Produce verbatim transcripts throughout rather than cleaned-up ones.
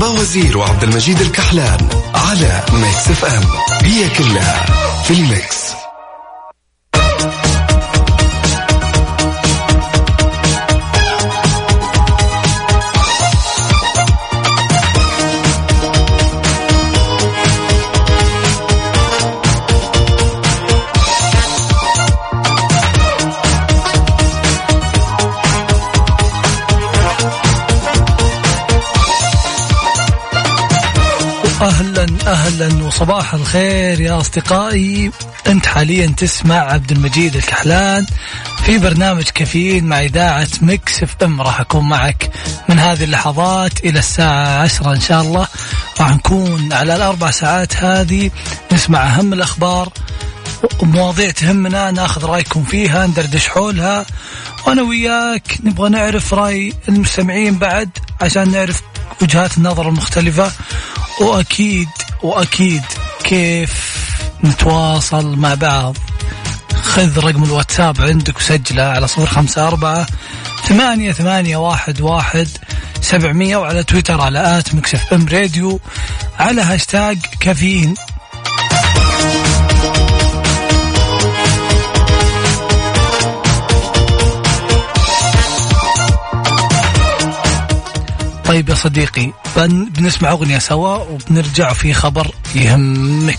باوزير وعبد المجيد الكحلان على ميكس اف ام، هي كلها في الميكس. أهلا أهلا وصباح الخير يا أصدقائي. أنت حاليا تسمع عبد المجيد الكحلان في برنامج كافيين مع إذاعة ميكس اف ام. راح أكون معك من هذه اللحظات إلى الساعة عشرة إن شاء الله. راح نكون على الأربع ساعات هذه نسمع أهم الأخبار ومواضيع تهمنا، ناخذ رأيكم فيها، ندردش حولها، وأنا وياك نبغى نعرف رأي المستمعين بعد عشان نعرف وجهات النظر المختلفة، وأكيد وأكيد كيف نتواصل مع بعض. خذ رقم الواتساب عندك وسجله على صفر خمسة أربعة ثمانية ثمانية واحد واحد سبعمية، وعلى تويتر على آت ميكس اف ام راديو على هاشتاج كافيين. طيب يا صديقي، بنسمع أغنية سوا وبنرجع في خبر يهمك.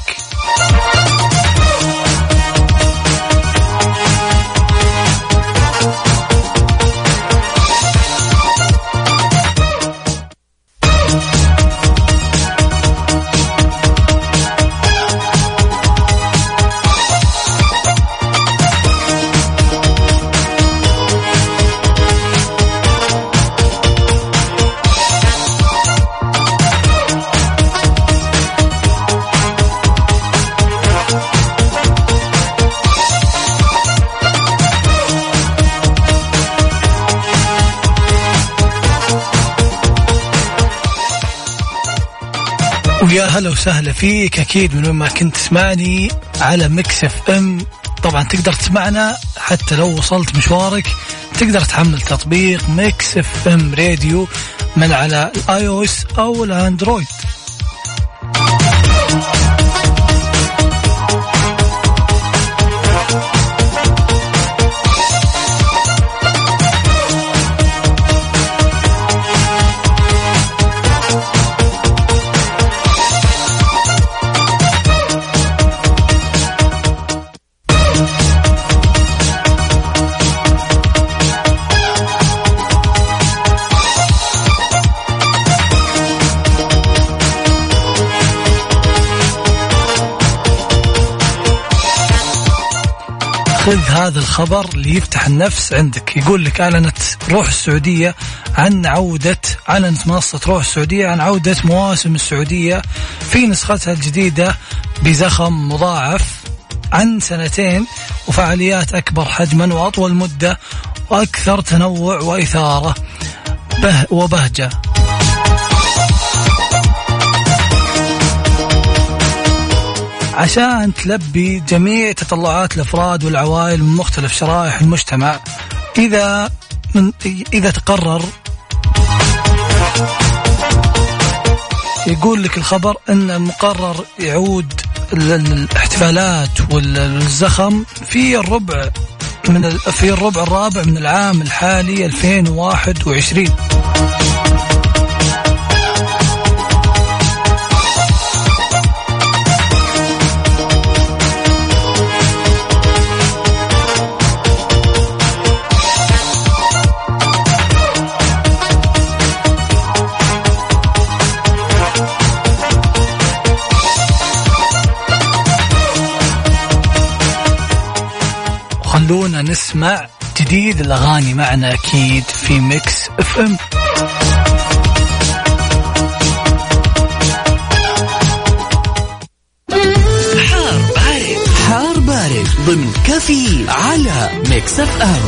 ويا هلا وسهلا فيك أكيد من وين ما كنت تسمعني على ميكس اف ام. طبعا تقدر تسمعنا حتى لو وصلت مشوارك، تقدر تحمل تطبيق ميكس اف ام راديو من على الاي او اس او الاندرويد. خذ هذا الخبر اللي يفتح النفس عندك. يقول لك أعلنت روح السعودية عن عودة أعلنت منصة روح السعودية عن عودة مواسم السعودية في نسختها الجديدة بزخم مضاعف عن سنتين وفعاليات أكبر حجما وأطول مدة وأكثر تنوع وإثارة به وبهجة. عشان تلبي جميع تطلعات الأفراد والعوائل من مختلف شرائح المجتمع. إذا من إذا تقرر، يقول لك الخبر أن المقرر يعود الاحتفالات والزخم في الربع من في الربع الرابع من العام الحالي ألفين وواحد وعشرين. خلونا نسمع جديد الأغاني معنا أكيد في ميكس اف ام. حار بارد حار بارد ضمن كافيين على ميكس اف ام.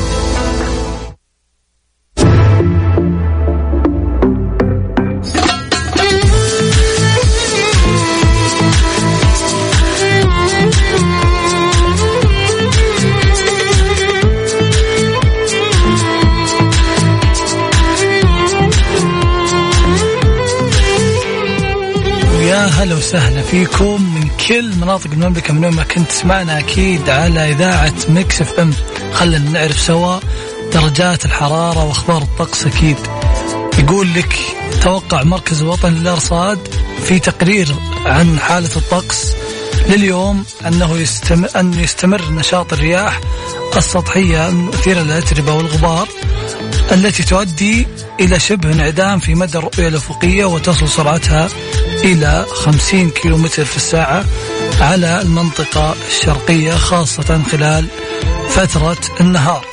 يا هلا وسهلا فيكم من كل مناطق المملكة، من وين ما كنت تسمعنا أكيد على إذاعة ميكس اف ام. خلنا نعرف سوا درجات الحرارة وأخبار الطقس. أكيد يقول لك توقع مركز الوطني للأرصاد في تقرير عن حالة الطقس لليوم أنه يستمر, أن يستمر نشاط الرياح السطحية المثيرة للأتربة والغبار التي تؤدي إلى شبه انعدام في مدى الرؤية الأفقية، وتصل سرعتها إلى خمسين كيلومتر في الساعة على المنطقة الشرقية خاصة خلال فترة النهار.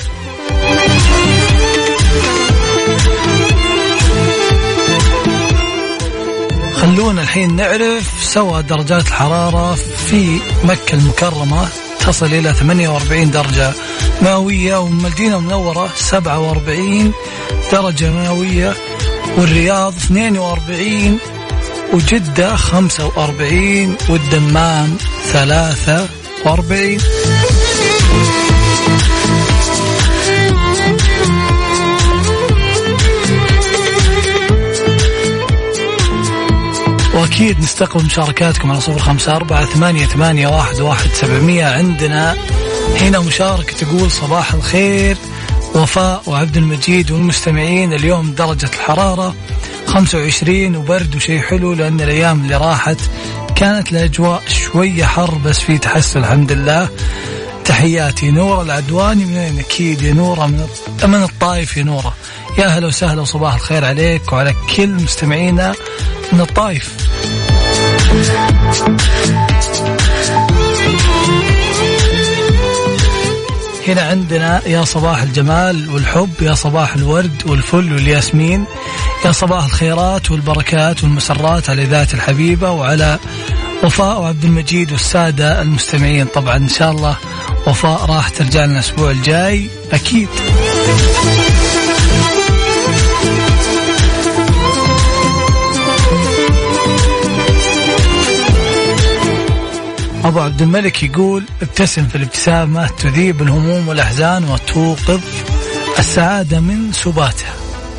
خلونا الحين نعرف سوا درجات الحرارة في مكة المكرمة، تصل إلى ثمانية وأربعين درجة مئوية، والمدينة المنورة سبعة وأربعين درجة مئوية، والرياض اثنين وأربعين، وجدة خمسة وأربعين، والدمام ثلاثة وأربعين. وأكيد نستقبل مشاركاتكم على صفر خمسة أربعة ثمانية ثمانية واحد واحد سبعمية. عندنا هنا مشاركة تقول صباح الخير وفاء وعبد المجيد والمستمعين. اليوم درجة الحرارة خمسة وعشرين وبرد وشيء حلو، لأن الأيام اللي راحت كانت الأجواء شوية حر، بس في تحسن الحمد لله. تحياتي نورة العدواني. من أكيد يا نورة؟ من من الطائف يا نورة. يا هلا وسهلا وصباح الخير عليك وعلى كل مستمعينا من الطائف. هنا عندنا يا صباح الجمال والحب، يا صباح الورد والفل والياسمين، يا صباح الخيرات والبركات والمسرات على ذات الحبيبة وعلى وفاء وعبد المجيد والسادة المستمعين. طبعا إن شاء الله وفاء راح ترجع لنا الأسبوع الجاي أكيد. أبو عبد الملك يقول ابتسم في الابتسامة تذيب الهموم والأحزان وتوقظ السعادة من سباتها.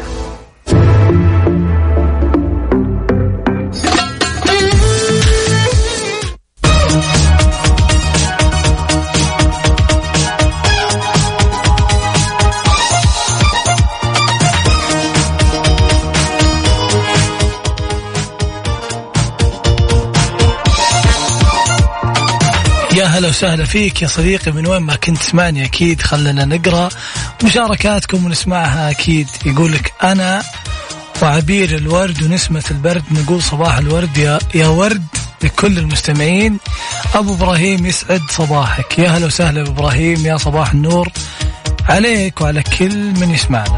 يا هلا وسهلا فيك يا صديقي من وين ما كنت تسمعني. أكيد خلنا نقرأ مشاركاتكم ونسمعها. أكيد يقولك أنا وعبير الورد ونسمة البرد نقول صباح الورد يا, يا ورد لكل المستمعين. أبو إبراهيم يسعد صباحك. يا هلا وسهلا أبو إبراهيم، يا صباح النور عليك وعلى كل من يسمعنا.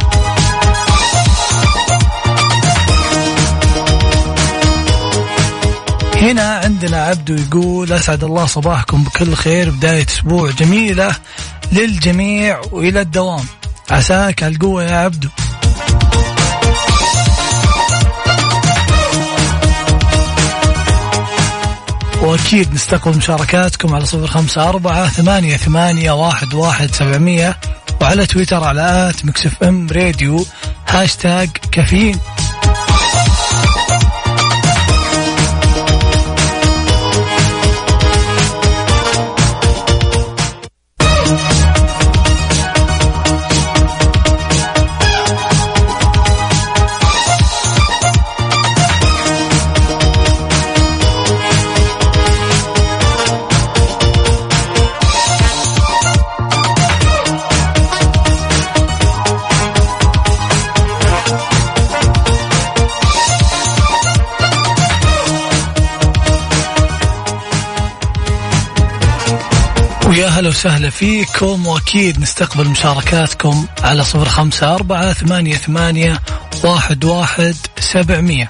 هنا عندنا عبدو يقول أسعد الله صباحكم بكل خير، بداية أسبوع جميلة للجميع وإلى الدوام. عساك على القوة يا عبدو. وأكيد نستقبل مشاركاتكم على صفر خمسة أربعة ثمانية ثمانية واحد واحد سبعمية، وعلى تويتر على آت ميكس اف ام راديو هاشتاج كافيين. ويا هلا وسهلا فيكم، وأكيد نستقبل مشاركاتكم على صفر خمسة أربعة ثمانية ثمانية واحد واحد سبعمية.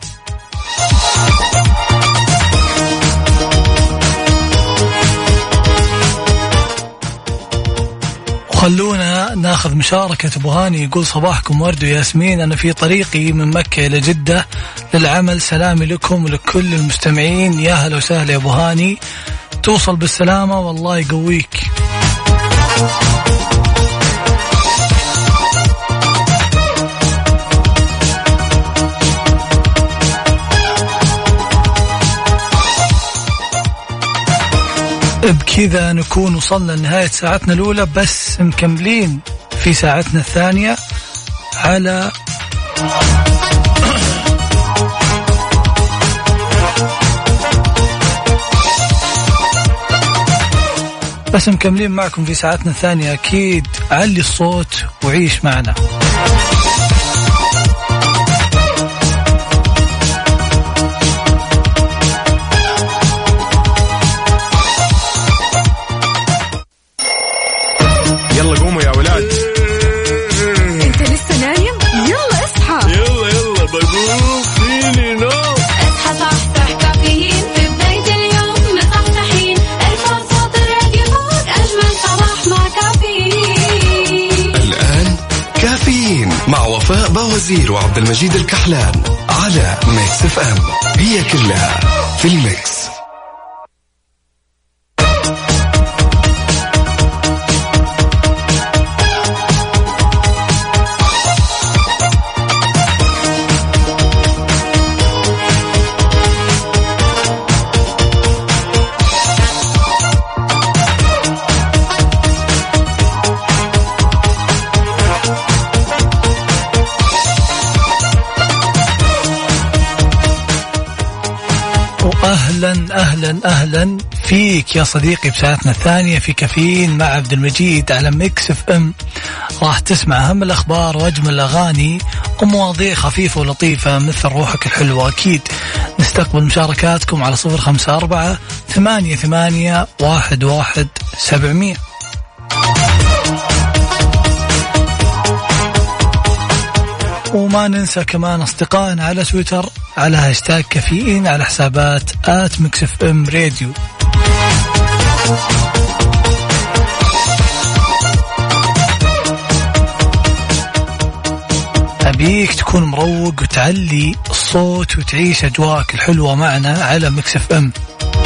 وخلونا ناخذ مشاركة أبو هاني يقول صباحكم ورد وياسمين، أنا في طريقي من مكة إلى جدة للعمل، سلامي لكم ولكل المستمعين. يا هلا وسهلا يا أبو هاني، توصل بالسلامة والله يقويك. وبكذا نكون وصلنا لنهاية ساعتنا الأولى، بس مكملين في ساعتنا الثانية على بس مكملين معكم في ساعتنا الثانية. أكيد علي الصوت وعيش معنا. يلا قوموا يا ولاد. انت لسه نايم؟ يلا اصحى. يلا يلا بقوم فيني نوم. اصحى صحصح كافيين في بداية اليوم مصحصحين. ارفع صوت الراديو فوق أجمل صباح مع كافيين. الآن كافيين مع وفاء بوزير وعبد المجيد الكحلان على ميكس اف ام. هي كلها في الميكس. أهلا أهلا أهلا فيك يا صديقي بساعتنا الثانية في كافيين مع عبد المجيد على ميكس اف ام. راح تسمع أهم الأخبار وأجمل الأغاني ومواضيع خفيفة ولطيفة مثل روحك الحلوة. أكيد نستقبل مشاركاتكم على صفر خمسة أربعة ثمانية ثمانية واحد واحد سبعمية. وما ننسى كمان أصدقائنا على تويتر على هاشتاج كافيين على حسابات آت ميكس اف ام راديو. أبيك تكون مروق وتعلي الصوت وتعيش أجواءك الحلوة معنا على ميكس اف ام.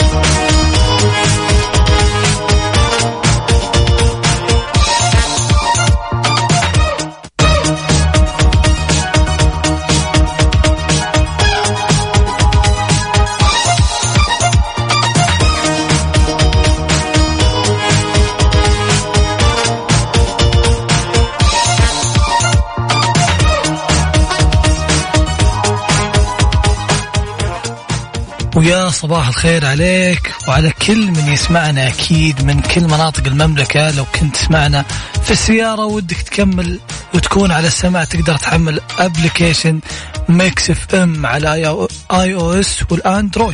ويا صباح الخير عليك وعلى كل من يسمعنا أكيد من كل مناطق المملكة. لو كنت تسمعنا في السيارة ودك تكمل وتكون على السمع، تقدر تحمل أبليكيشن ميكس اف ام على اي او اس والأندرويد.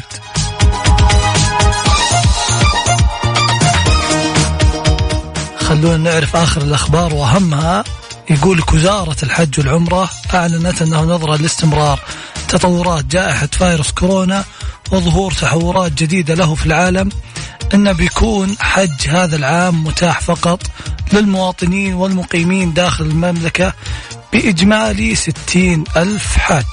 خلونا نعرف آخر الأخبار وأهمها. يقولك وزارة الحج والعمرة أعلنت أنه نظرا لاستمرار تطورات جائحة فيروس كورونا وظهور تحورات جديدة له في العالم، أنه بيكون حج هذا العام متاح فقط للمواطنين والمقيمين داخل المملكة بإجمالي ستين ألف حاج.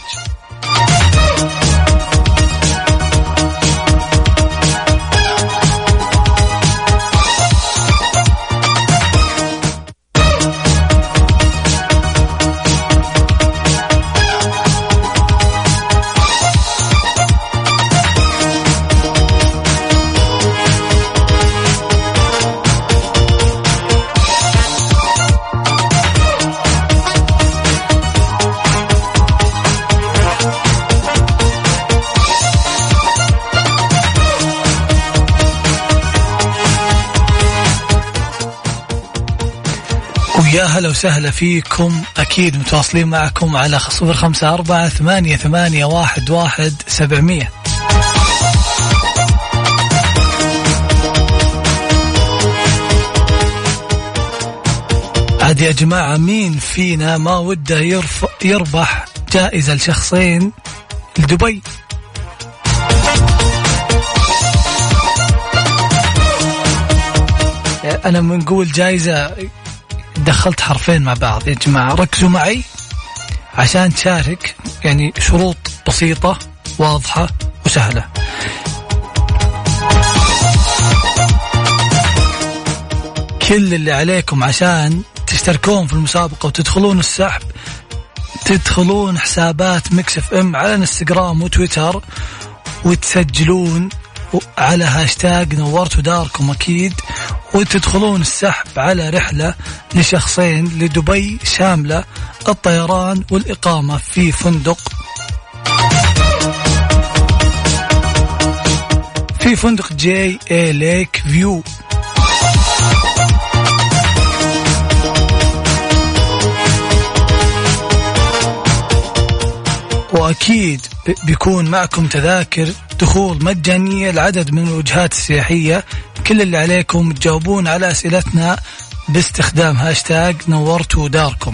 يا هلا وسهلا فيكم. أكيد متواصلين معكم على صفر خمسة أربعة ثمانية ثمانية واحد واحد سبعمية. عاد يا جماعة، مين فينا ما وده يرف... يربح جائزة لشخصين لدبي؟ أنا بنقول جائزة دخلت حرفين مع بعض. يا جماعة ركزوا معي عشان تشارك، يعني شروط بسيطة واضحة وسهلة. كل اللي عليكم عشان تشتركون في المسابقة وتدخلون السحب، تدخلون حسابات ميكس اف ام على انستغرام وتويتر وتسجلون على هاشتاج نورتوا داركم أكيد، وتدخلون السحب على رحلة لشخصين لدبي شاملة الطيران والإقامة في فندق في فندق جي اي ليك فيو. وأكيد بيكون معكم تذاكر دخول مجانية لعدد من الوجهات السياحية. كل اللي عليكم تجاوبون على أسئلتنا باستخدام هاشتاج نورتوا داركم.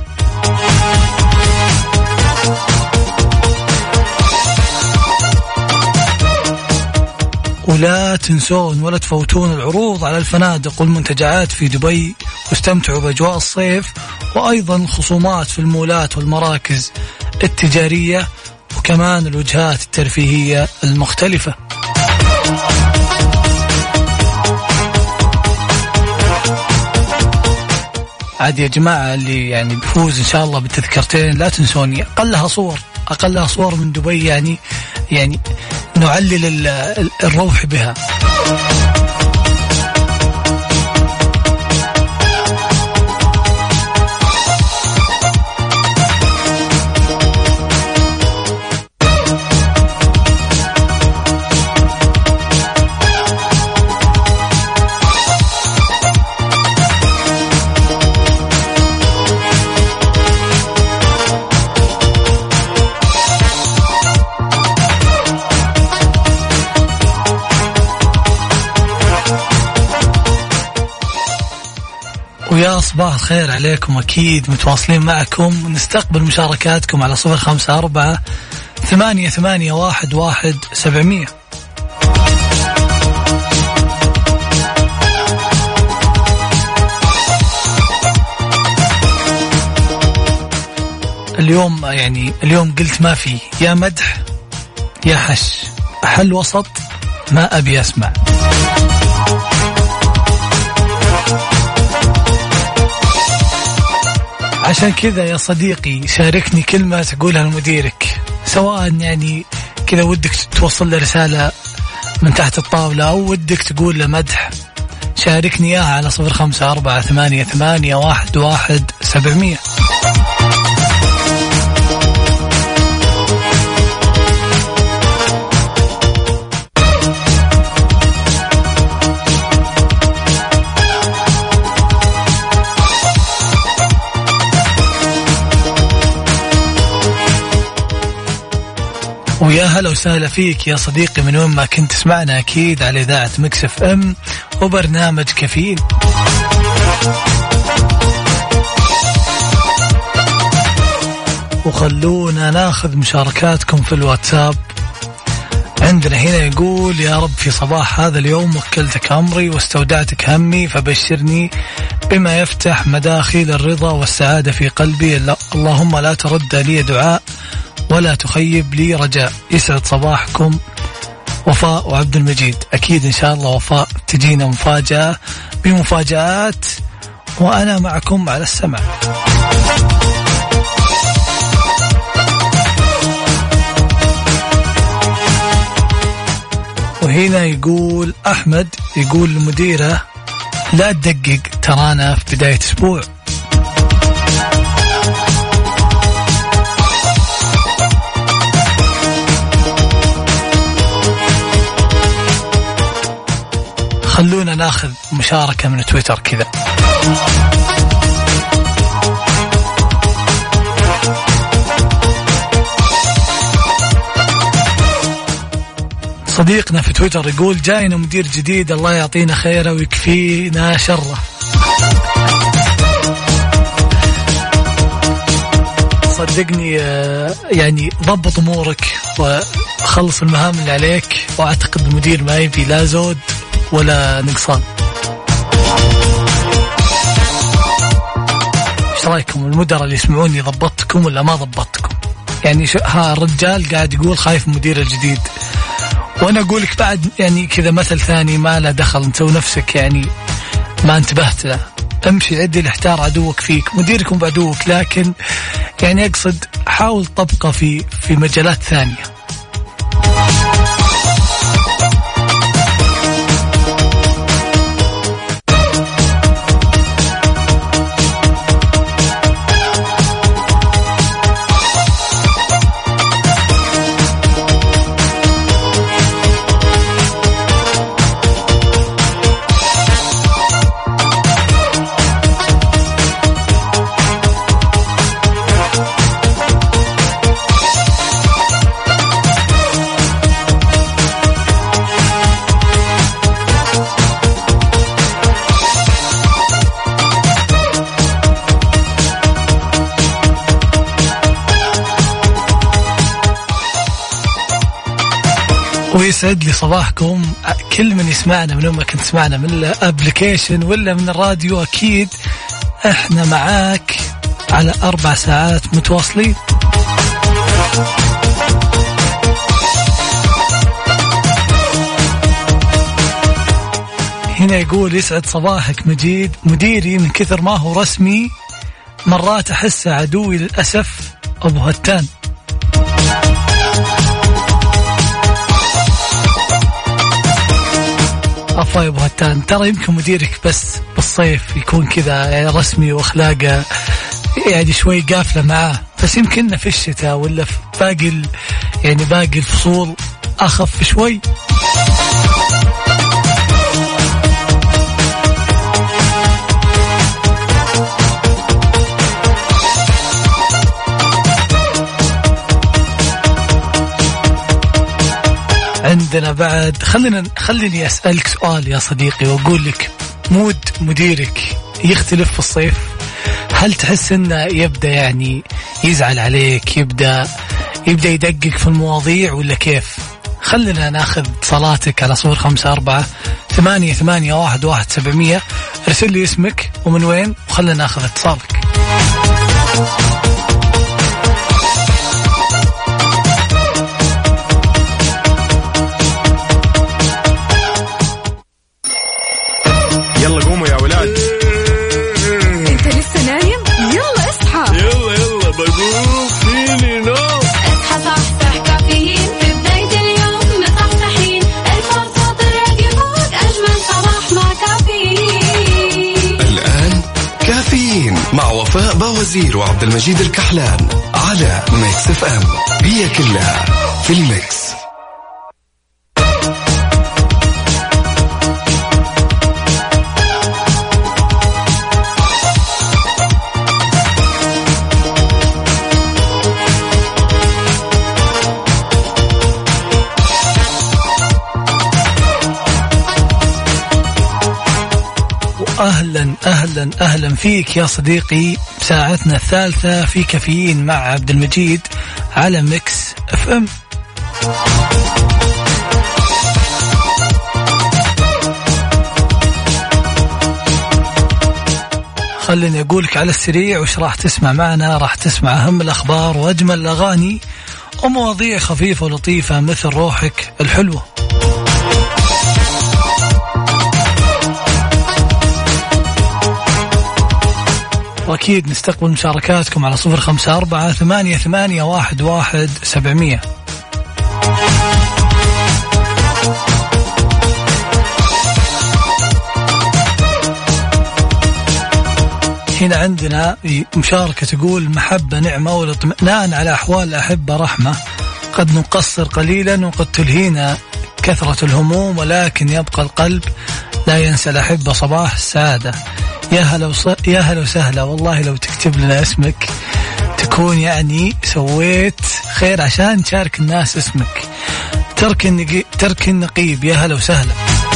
ولا تنسون ولا تفوتون العروض على الفنادق والمنتجعات في دبي، واستمتعوا بأجواء الصيف، وأيضا خصومات في المولات والمراكز التجارية، وكمان الوجهات الترفيهية المختلفة. عاد يا جماعة اللي يعني بيفوز إن شاء الله بالتذكرتين لا تنسوني، أقلها صور أقلها صور من دبي، يعني يعني نعلل الروح بها. ويا صباح الخير عليكم، أكيد متواصلين معكم، نستقبل مشاركاتكم على صفر خمسة أربعة ثمانية ثمانية واحد واحد سبعمية. اليوم يعني اليوم قلت ما في يا مدح يا حش، حل وسط ما أبي أسمع. عشان كذا يا صديقي شاركني كلمة تقولها لمديرك، سواء يعني كذا ودك توصل له رسالة من تحت الطاولة أو ودك تقول له مدح، شاركني إياها على صفر خمسة أربعة ثمانية ثمانية واحد واحد سبعمية. ويا هلا وسهلا فيك يا صديقي من وين ما كنت تسمعنا، أكيد على إذاعة مكس اف ام وبرنامج كافيين. وخلونا ناخذ مشاركاتكم في الواتساب. عندنا هنا يقول يا رب في صباح هذا اليوم وكلتك أمري واستودعتك همي، فبشرني بما يفتح مداخل الرضا والسعادة في قلبي، اللهم لا ترد لي دعاء ولا تخيب لي رجاء. يسعد صباحكم وفاء وعبد المجيد. أكيد إن شاء الله وفاء تجينا مفاجأة بمفاجآت، وأنا معكم على السمع. وهنا يقول أحمد يقول لمديره لا تدقق ترانا في بداية أسبوع. خلونا ناخذ مشاركة من تويتر كذا. صديقنا في تويتر يقول جاينا مدير جديد الله يعطينا خيره ويكفينا شره. صدقني يعني ضبط امورك وخلص المهام اللي عليك، واعتقد المدير ما يبي لا زود ولا نقصان. ايش رايكم المدراء اللي يسمعوني، ضبطتكم ولا ما ضبطتكم؟ يعني ها الرجال قاعد يقول خايف مدير الجديد، وانا اقولك بعد يعني كذا مثل ثاني ما له دخل، انت ونفسك يعني ما انتبهت له. امشي عدل احتار عدوك فيك، مديركم بعدوك، لكن يعني اقصد حاول طبقه في في مجالات ثانيه. ويسعد لي صباحكم كل من يسمعنا من ما كنت تسمعنا من الابليكيشن ولا من الراديو. أكيد احنا معاك على أربع ساعات متواصلين. هنا يقول يسعد صباحك مجيد، مديري من كثر ما هو رسمي مرات أحسه عدوي للأسف أبو هتان. أفا يا أبو هتان، ترى يمكن مديرك بس بالصيف يكون كذا رسمي وأخلاقه يعني شوي قافلة معاه، بس يمكننا في الشتاء ولا في باقي يعني باقي الفصول أخف شوي. عندنا بعد خلينا خليني أسألك سؤال يا صديقي وأقول لك، مود مديرك يختلف في الصيف؟ هل تحس إنه يبدأ يعني يزعل عليك، يبدأ يبدأ يدقق في المواضيع ولا كيف؟ خلينا ناخذ صلاتك على صفر خمسة أربعة ثمانية ثمانية واحد واحد سبعمية. ارسل لي اسمك ومن وين وخلينا ناخذ اتصالك. يلا قوموا يا ولاد. انت لسه نايم؟ يلا اصحى. يلا يلا بقوم فيني نوم. اصحى صحصح كافيين في بداية اليوم مصحصحين، الفرصة تراك فوق أجمل صباح مع كافيين. الآن كافيين مع وفاء باوزير وعبد المجيد الكحلان على ميكس اف ام، هي كلها في الميكس. أهلا أهلا أهلا فيك يا صديقي بساعتنا الثالثة في كافيين مع عبد المجيد على ميكس اف ام. خليني أقولك على السريع وش راح تسمع معنا. راح تسمع أهم الأخبار وأجمل الأغاني ومواضيع خفيفة ولطيفة مثل روحك الحلوة. وأكيد نستقبل مشاركاتكم على صفر خمسة أربعة ثمانية ثمانية واحد واحد سبعمية. هنا عندنا مشاركة تقول محبة نعمة والاطمئنان على أحوال الأحبة رحمة، قد نقصر قليلا وقد تلهينا كثرة الهموم ولكن يبقى القلب لا ينسى الأحبة صباح السعادة. يا هلا وص... يا هلا وسهلا، والله لو تكتب لنا اسمك تكون يعني سويت خير عشان تشارك الناس اسمك. ترك النقي... ترك النقيب، يا هلا وسهلا.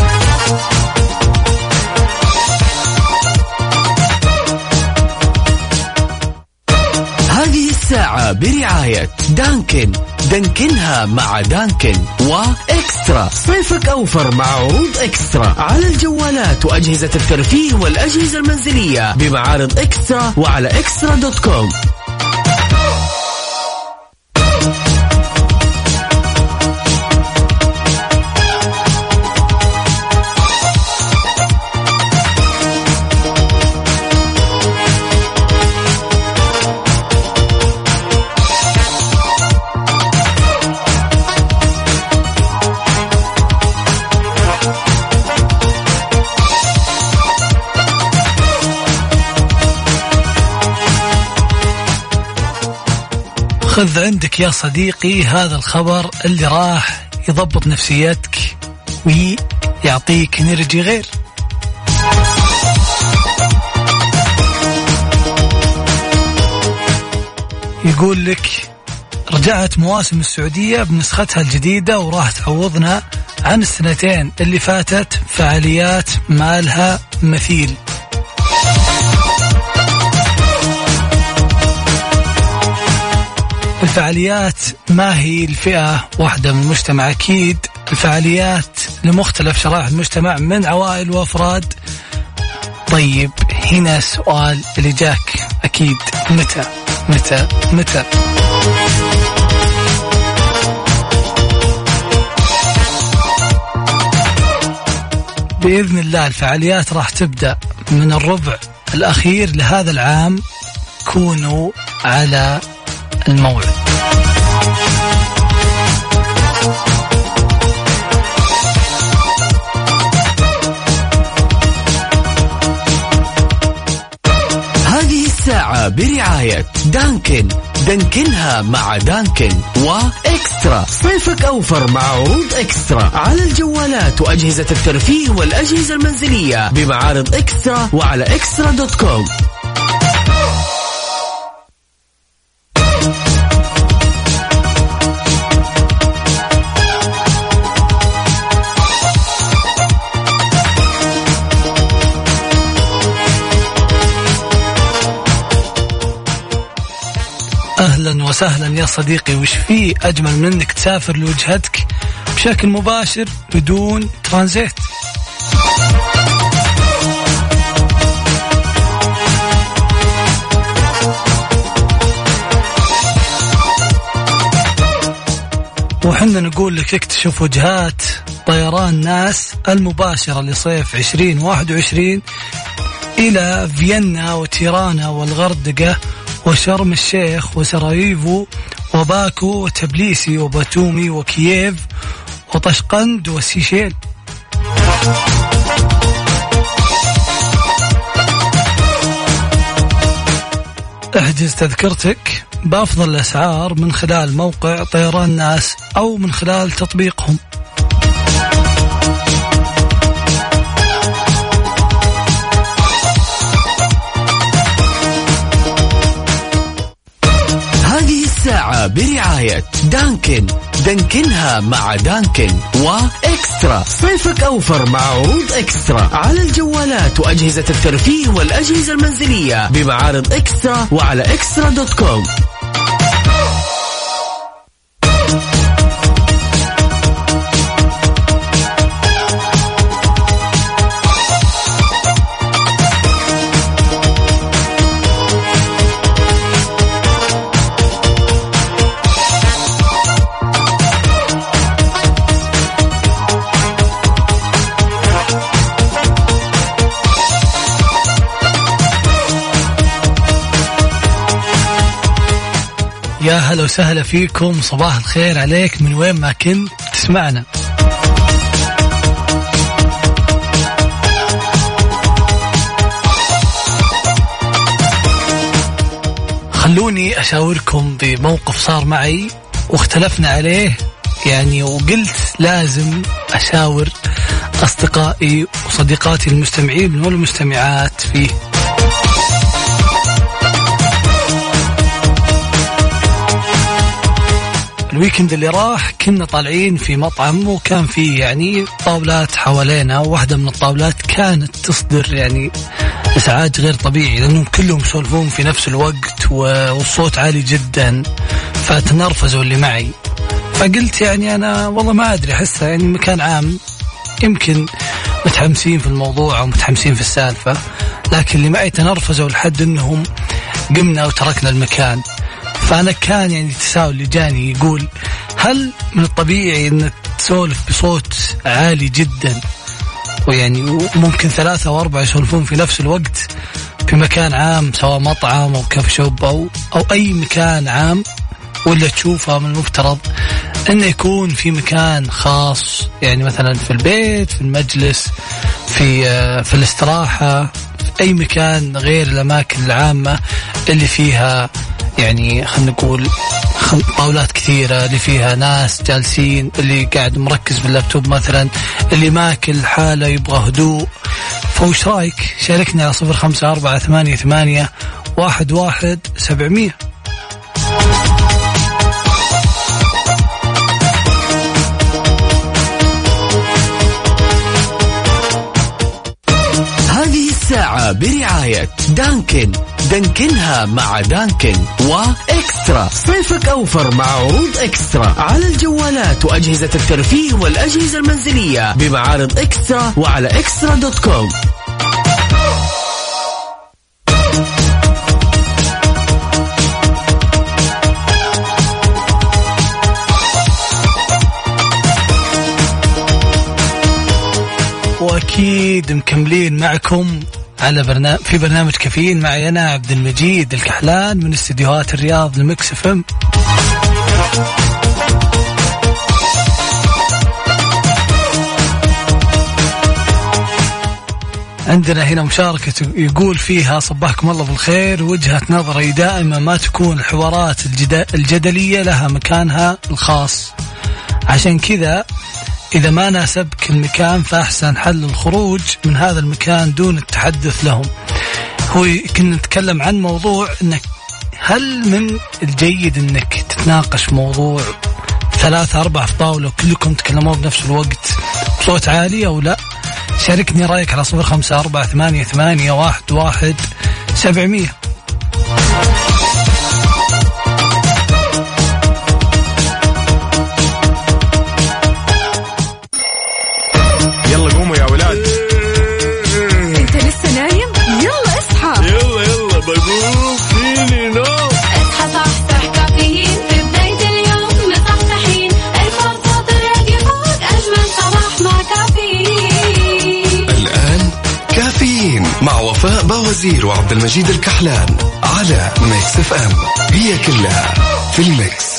هذه الساعة برعاية دانكن، دانكنها مع دانكن، وإكسترا صيفك أوفر مع عروض إكسترا على الجوالات وأجهزة الترفيه والأجهزة المنزلية بمعارض إكسترا وعلى إكسترا دوت كوم. خذ عندك يا صديقي هذا الخبر اللي راح يضبط نفسيتك ويعطيك انرجي غير. يقول لك رجعت مواسم السعودية بنسختها الجديدة وراح تعوضنا عن السنتين اللي فاتت فعاليات ما لها مثيل. الفعاليات ما هي الفئة واحدة من المجتمع، أكيد الفعاليات لمختلف شرائح المجتمع من عوائل وأفراد. طيب هنا السؤال اللي جاك أكيد، متى متى متى بإذن الله الفعاليات راح تبدأ من الربع الأخير لهذا العام. كونوا على الموعد. هذه الساعة برعاية دانكن، دانكنها مع دانكن، وإكسترا صيفك أوفر مع عروض إكسترا على الجوالات وأجهزة الترفيه والأجهزة المنزلية بمعارض إكسترا وعلى إكسترا دوت كوم. أهلا وسهلا يا صديقي، وش فيه أجمل من أنك تسافر لوجهتك بشكل مباشر بدون ترانزيت؟ وحنا نقول لك اكتشف وجهات طيران ناس المباشرة لصيف عشرين واحد وعشرين إلى فيينا وتيرانا والغردقة وشرم الشيخ وسراييفو وباكو وتبليسي وباتومي وكييف وطشقند والسيشيل. احجز تذكرتك بأفضل الأسعار من خلال موقع طيران ناس أو من خلال تطبيقهم. الساعة برعاية دانكن، دانكنها مع دانكن، وإكسترا صيفك أوفر مع عروض إكسترا على الجوالات وأجهزة الترفيه والأجهزة المنزلية بمعارض إكسترا وعلى إكسترا دوت كوم. يا هلا وسهلا فيكم، صباح الخير عليك من وين ما كنت تسمعنا. خلوني أشاوركم بموقف صار معي واختلفنا عليه يعني، وقلت لازم أشاور أصدقائي وصديقاتي المستمعين والمستمعات فيه. الويكند اللي راح كنا طالعين في مطعم وكان فيه يعني طاولات حوالينا، وواحدة من الطاولات كانت تصدر يعني إزعاج غير طبيعي لأنهم كلهم يسولفون في نفس الوقت والصوت عالي جدا، فتنرفزوا اللي معي. فقلت يعني أنا والله ما أدري، أحسها يعني مكان عام يمكن متحمسين في الموضوع أو متحمسين في السالفة، لكن اللي معي تنرفزوا لحد أنهم قمنا وتركنا المكان. فأنا كان يعني تساؤل اللي جاني يقول هل من الطبيعي أن تسولف بصوت عالي جدا ويعني ممكن ثلاثة أو أربعة يسولفون في نفس الوقت في مكان عام سواء مطعم أو كاف شوب أو, أو أي مكان عام، ولا تشوفها من المفترض أنه يكون في مكان خاص يعني مثلا في البيت، في المجلس، في, في الاستراحة، في أي مكان غير الأماكن العامة اللي فيها يعني خلينا نقول طاولات كثيرة اللي فيها ناس جالسين، اللي قاعد مركز في اللابتوب مثلا، اللي ماكل حاله يبغى هدوء. فوش رايك؟ شاركنا على صفر خمسة أربعة ثمانية ثمانية واحد واحد سبعمية. الساعة برعاية دانكن، دانكنها مع دانكن، وإكسترا صيفك أوفر مع عروض إكسترا على الجوالات وأجهزة الترفيه والأجهزة المنزلية بمعارض إكسترا وعلى إكسترا دوت كوم. وأكيد مكملين معكم على برنامج في برنامج كافيين معي أنا عبد المجيد الكحلان من استديوهات الرياض لميكس اف ام. عندنا هنا مشاركة يقول فيها صباحكم الله بالخير، وجهة نظري دائما ما تكون الحوارات الجدلية لها مكانها الخاص، عشان كذا إذا ما ناسبك المكان فأحسن حل الخروج من هذا المكان دون التحدث لهم. هو كنا نتكلم عن موضوع إنك هل من الجيد إنك تتناقش موضوع ثلاثة أربعة في طاولة وكلكم تكلموا بنفس الوقت بصوت عالي أو لا؟ شاركني رأيك على صفر خمسة أربعة ثمانية ثمانية واحد واحد سبعمية. يلا قوموا يا ولاد. انت لسه نايم؟ يلا اصحى. يلا يلا بقوم فيني نو. اصحى صحصح كافيين في بداية اليوم مصحصحين، الفرصة تراك فوق أجمل صباح مع كافيين. الآن كافيين مع وفاء باوزير وعبد المجيد الكحلان على ميكس اف ام، هي كلها في الميكس.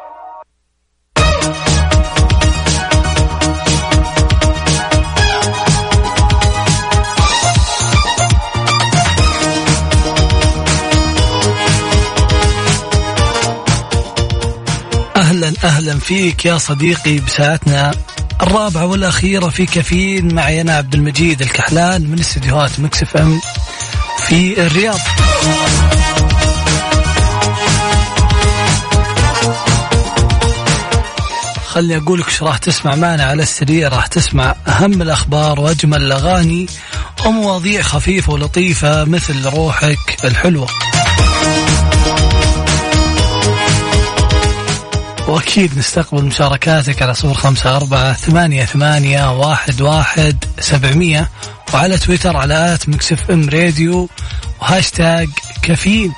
أهلا أهلا فيك يا صديقي بساعتنا الرابعة والأخيرة في كافيين معي أنا عبد المجيد الكحلان من استديوهات ميكس اف ام في الرياض. خلني أقولك شو راح تسمع معنا على السريع. راح تسمع أهم الأخبار وأجمل الأغاني ومواضيع خفيفة ولطيفة مثل روحك الحلوة. وأكيد نستقبل مشاركاتك على صفر خمسة أربعة ثمانية ثمانية واحد واحد سبعمية وعلى تويتر على آت ميكس اف ام راديو وهاشتاج كافيين.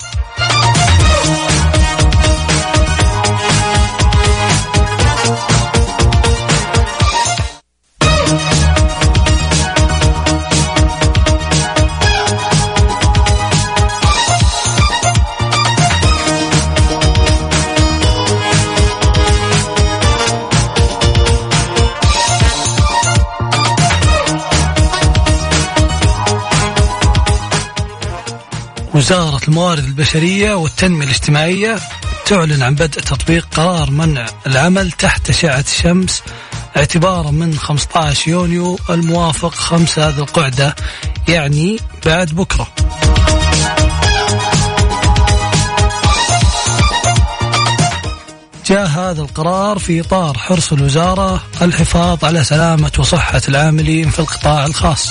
وزارة الموارد البشرية والتنمية الاجتماعية تعلن عن بدء تطبيق قرار منع العمل تحت أشعة الشمس اعتبارا من خمسة عشر يونيو الموافق خمسة ذي القعدة، يعني بعد بكرة. جاء هذا القرار في إطار حرص الوزارة الحفاظ على سلامة وصحة العاملين في القطاع الخاص.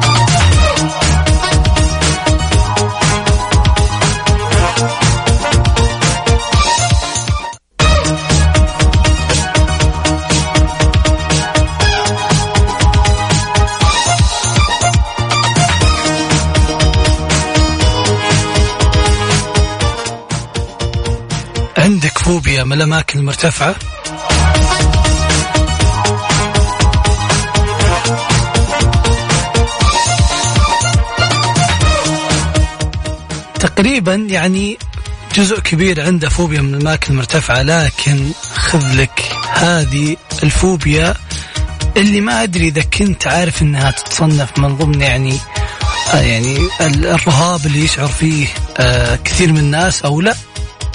عندك فوبيا من الأماكن المرتفعة؟ تقريبا يعني جزء كبير عنده فوبيا من الأماكن المرتفعة، لكن خذ لك هذه الفوبيا اللي ما أدري إذا كنت عارف أنها تتصنف من ضمن يعني آه يعني الرهاب اللي يشعر فيه آه كثير من الناس أو لا.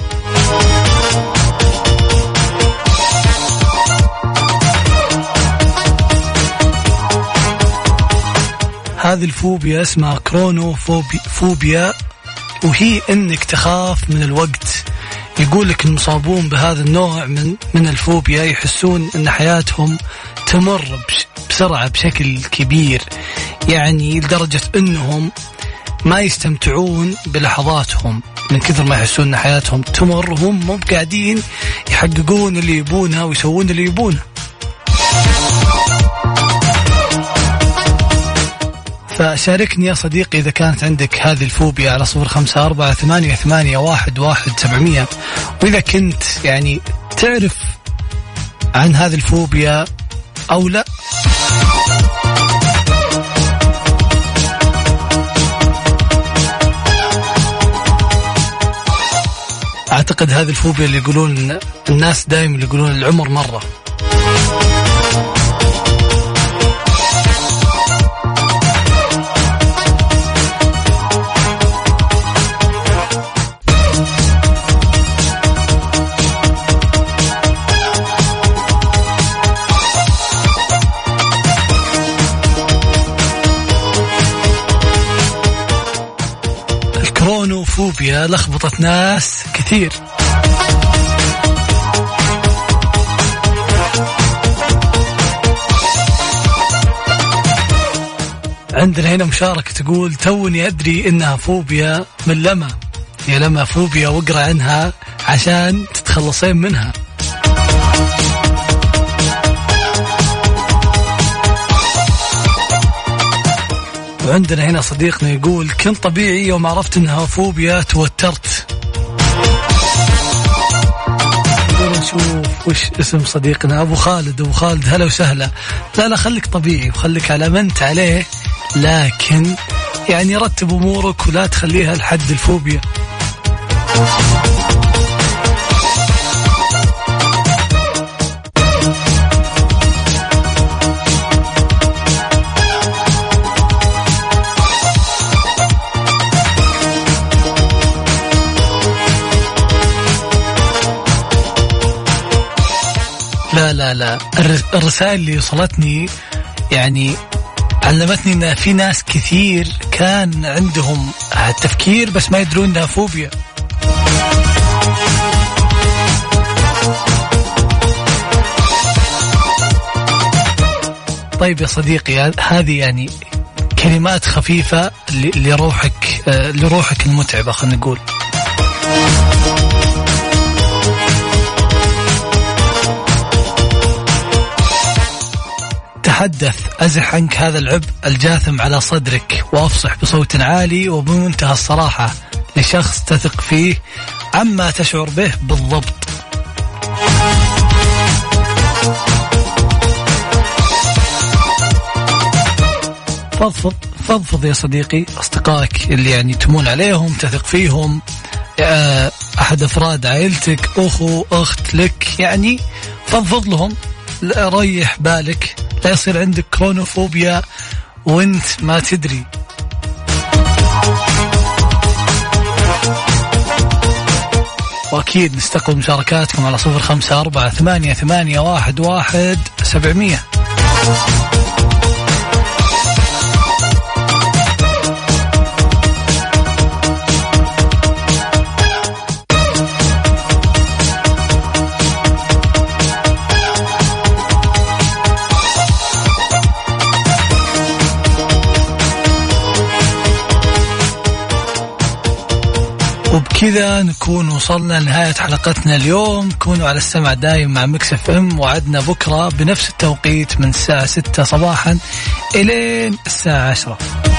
هذه الفوبيا اسمها كرونوفوبيا، وهي انك تخاف من الوقت. يقول لك المصابون بهذا النوع من من الفوبيا يحسون ان حياتهم تمر بسرعة بشكل كبير، يعني لدرجة انهم ما يستمتعون بلحظاتهم من كثر ما يحسون ان حياتهم تمر وهم مو قاعدين يحققون اللي يبونه ويسوون اللي يبونه. فشاركني يا صديقي إذا كانت عندك هذه الفوبيا على صفر خمسة أربعة ثمانية ثمانية واحد واحد سبعمية، وإذا كنت يعني تعرف عن هذه الفوبيا أو لا. أعتقد هذه الفوبيا اللي يقولون الناس دائما اللي يقولون العمر مرة. الكرونوفوبيا لخبطت ناس كثير. عندنا هنا مشاركة تقول توني أدري إنها فوبيا من لما. يا لما فوبيا واقرأ عنها عشان تتخلصين منها. وعندنا هنا صديقنا يقول كنت طبيعي يوم عرفت إنها فوبيا توترت. نشوف وش اسم صديقنا أبو خالد. أبو خالد هلا وسهلا. لا لا خليك طبيعي وخليك على ما أنت عليه، لكن يعني رتب أمورك ولا تخليها لحد الفوبيا. لا لا لا الرسائل اللي وصلتني يعني علمتني ان في ناس كثير كان عندهم التفكير بس ما يدرون انها فوبيا. طيب يا صديقي هذه يعني كلمات خفيفة لروحك لروحك المتعبة خلينا نقول. تحدث أزح عنك هذا العبء الجاثم على صدرك وأفصح بصوت عالي وبمنتهى الصراحة لشخص تثق فيه عما تشعر به بالضبط. فضفض فضفض يا صديقي. أصدقائك اللي يعني تمون عليهم تثق فيهم، أحد أفراد عائلتك، أخو أخت لك، يعني فضفض لهم، ريح بالك، لا يصير عندك كرونوفوبيا وانت ما تدري. واكيد نستقبل مشاركاتكم على صفر خمسة أربعة ثمانية ثمانية واحد واحد سبعمية. وبكذا نكون وصلنا لنهاية حلقتنا اليوم. كونوا على السمع دايم مع ميكس اف ام، وعدنا بكرة بنفس التوقيت من الساعة ستة صباحا إلين الساعة عشرة.